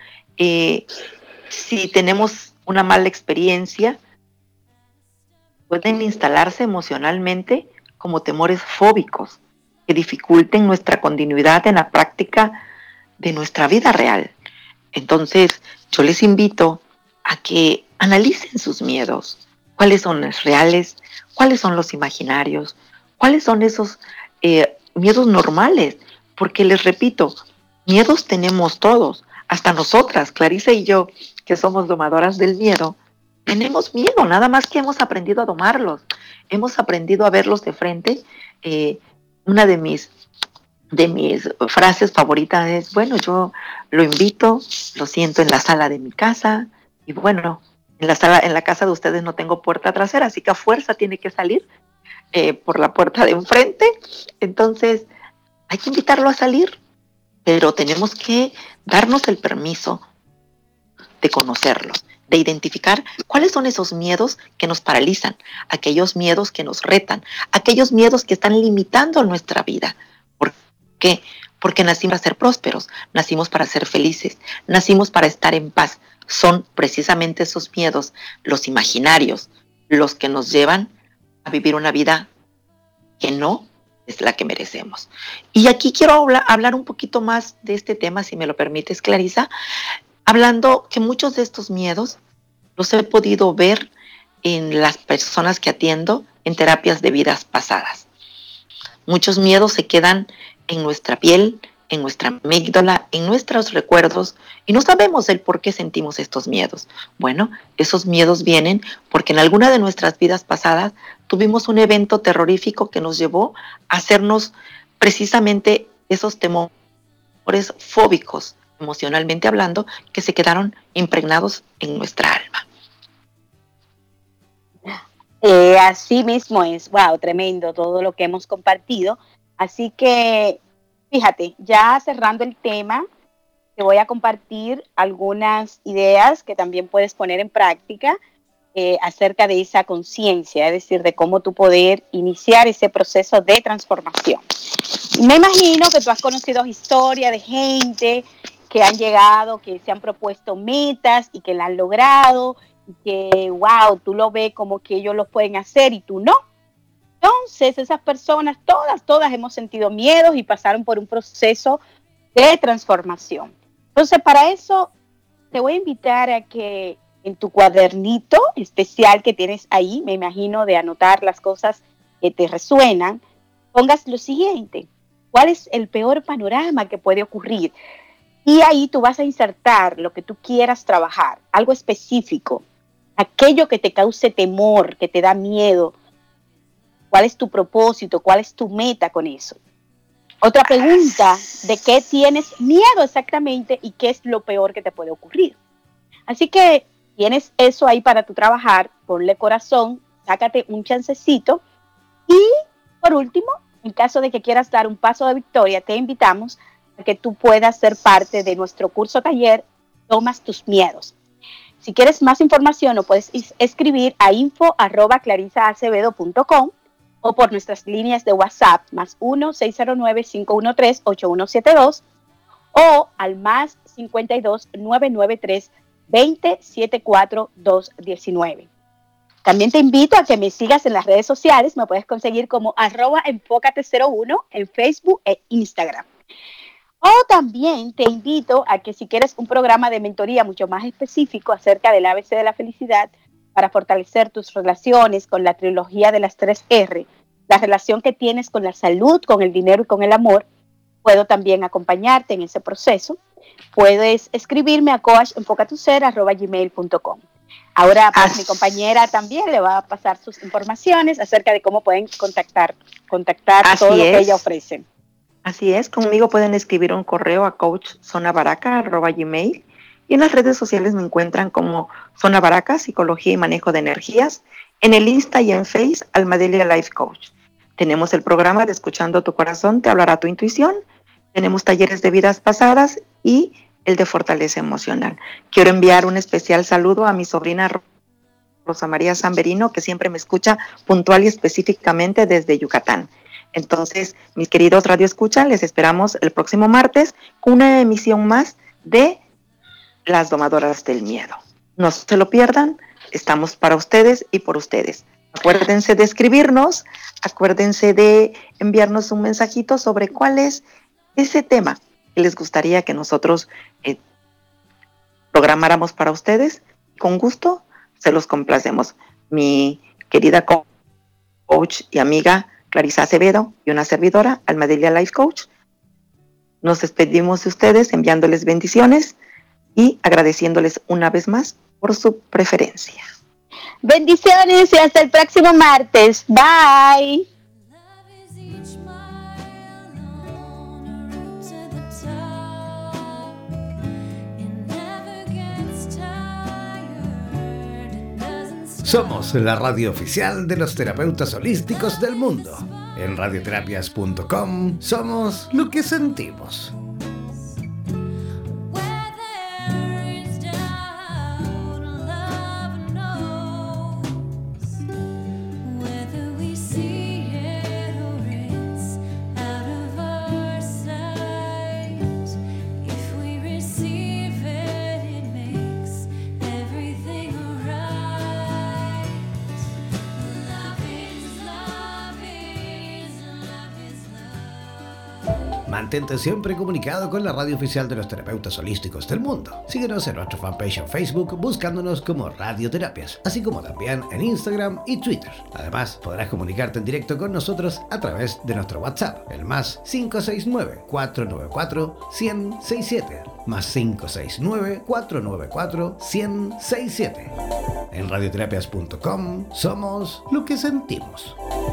si tenemos una mala experiencia, pueden instalarse emocionalmente como temores fóbicos que dificulten nuestra continuidad en la práctica de nuestra vida real. Entonces, yo les invito a que analicen sus miedos. ¿Cuáles son los reales? ¿Cuáles son los imaginarios? ¿Cuáles son esos miedos normales? Porque les repito, miedos tenemos todos. Hasta nosotras, Clarisa y yo, que somos domadoras del miedo, tenemos miedo, nada más que hemos aprendido a domarlos. Hemos aprendido a verlos de frente. Una de mis frases favoritas es, bueno, yo lo invito, lo siento en la sala de mi casa, y bueno, en la casa de ustedes no tengo puerta trasera, así que a fuerza tiene que salir por la puerta de enfrente. Entonces, hay que invitarlo a salir, pero tenemos que darnos el permiso de conocerlos, de identificar cuáles son esos miedos que nos paralizan, aquellos miedos que nos retan, aquellos miedos que están limitando nuestra vida. ¿Por qué? Porque nacimos para ser prósperos, nacimos para ser felices, nacimos para estar en paz. Son precisamente esos miedos, los imaginarios, los que nos llevan a vivir una vida que no es la que merecemos. Y aquí quiero hablar un poquito más de este tema, si me lo permites, Clarisa, hablando que muchos de estos miedos los he podido ver en las personas que atiendo, en terapias de vidas pasadas. Muchos miedos se quedan en nuestra piel, en nuestra amígdala, en nuestros recuerdos, y no sabemos el por qué sentimos estos miedos. Bueno, esos miedos vienen porque en alguna de nuestras vidas pasadas tuvimos un evento terrorífico que nos llevó a hacernos precisamente esos temores fóbicos, emocionalmente hablando, que se quedaron impregnados en nuestra alma. Así mismo es, wow, tremendo todo lo que hemos compartido. Así que, fíjate, ya cerrando el tema, te voy a compartir algunas ideas que también puedes poner en práctica acerca de esa conciencia, es decir, de cómo tú poder iniciar ese proceso de transformación. Me imagino que tú has conocido historias de gente que han llegado, que se han propuesto metas y que la han logrado, y que, wow, tú lo ves como que ellos lo pueden hacer y tú no. Entonces, esas personas, todas hemos sentido miedos y pasaron por un proceso de transformación. Entonces, para eso, te voy a invitar a que en tu cuadernito especial que tienes ahí, me imagino, de anotar las cosas que te resuenan, pongas lo siguiente: ¿cuál es el peor panorama que puede ocurrir? Y ahí tú vas a insertar lo que tú quieras trabajar, algo específico, aquello que te cause temor, que te da miedo. ¿Cuál es tu propósito? ¿Cuál es tu meta con eso? Otra pregunta: ¿de qué tienes miedo exactamente y qué es lo peor que te puede ocurrir? Así que tienes eso ahí para tu trabajar, ponle corazón, sácate un chancecito. Y por último, en caso de que quieras dar un paso de victoria, te invitamos a que tú puedas ser parte de nuestro curso taller Tomas tus miedos. Si quieres más información, lo puedes escribir a info@clarisaacevedo.com o por nuestras líneas de WhatsApp +1 609 513 8172 o al +52 993 20 74 219. También te invito a que me sigas en las redes sociales. Me puedes conseguir como @enfócate01 en Facebook e Instagram. O también te invito a que si quieres un programa de mentoría mucho más específico acerca del ABC de la felicidad para fortalecer tus relaciones con la trilogía de las 3R, la relación que tienes con la salud, con el dinero y con el amor, puedo también acompañarte en ese proceso. Puedes escribirme a coachenfocatuser@gmail.com. Ahora, pues mi compañera también le va a pasar sus informaciones acerca de cómo pueden contactar todo lo que ella ofrece. Así es, conmigo pueden escribir un correo a coachzonabaraca@gmail y en las redes sociales me encuentran como Zona Baraca, Psicología y Manejo de Energías, en el Insta y en Face, Almadelia Life Coach. Tenemos el programa de Escuchando tu Corazón, te hablará tu intuición. Tenemos talleres de vidas pasadas y el de fortaleza emocional. Quiero enviar un especial saludo a mi sobrina Rosa María Samberino, que siempre me escucha puntual y específicamente desde Yucatán. Entonces, mis queridos radioescuchas, les esperamos el próximo martes con una emisión más de Las Domadoras del Miedo. No se lo pierdan, estamos para ustedes y por ustedes. Acuérdense de escribirnos, acuérdense de enviarnos un mensajito sobre cuál es ese tema que les gustaría que nosotros programáramos para ustedes. Con gusto se los complacemos. Mi querida coach y amiga Clarisa Acevedo y una servidora, Almadelia Life Coach, nos despedimos de ustedes enviándoles bendiciones y agradeciéndoles una vez más por su preferencia. Bendiciones y hasta el próximo martes. Bye. Somos la radio oficial de los terapeutas holísticos del mundo. En radioterapias.com somos lo que sentimos. Mantente siempre comunicado con la radio oficial de los terapeutas holísticos del mundo. Síguenos en nuestra fanpage en Facebook buscándonos como Radioterapias, así como también en Instagram y Twitter. Además, podrás comunicarte en directo con nosotros a través de nuestro WhatsApp, el más 569-494-1067, más 569-494-1067. En radioterapias.com somos lo que sentimos.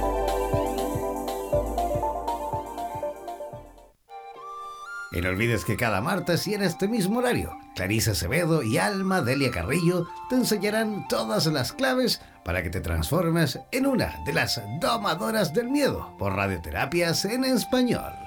Y no olvides que cada martes y en este mismo horario, Clarisa Acevedo y Alma Delia Carrillo te enseñarán todas las claves para que te transformes en una de las domadoras del miedo por Radioterapias en Español.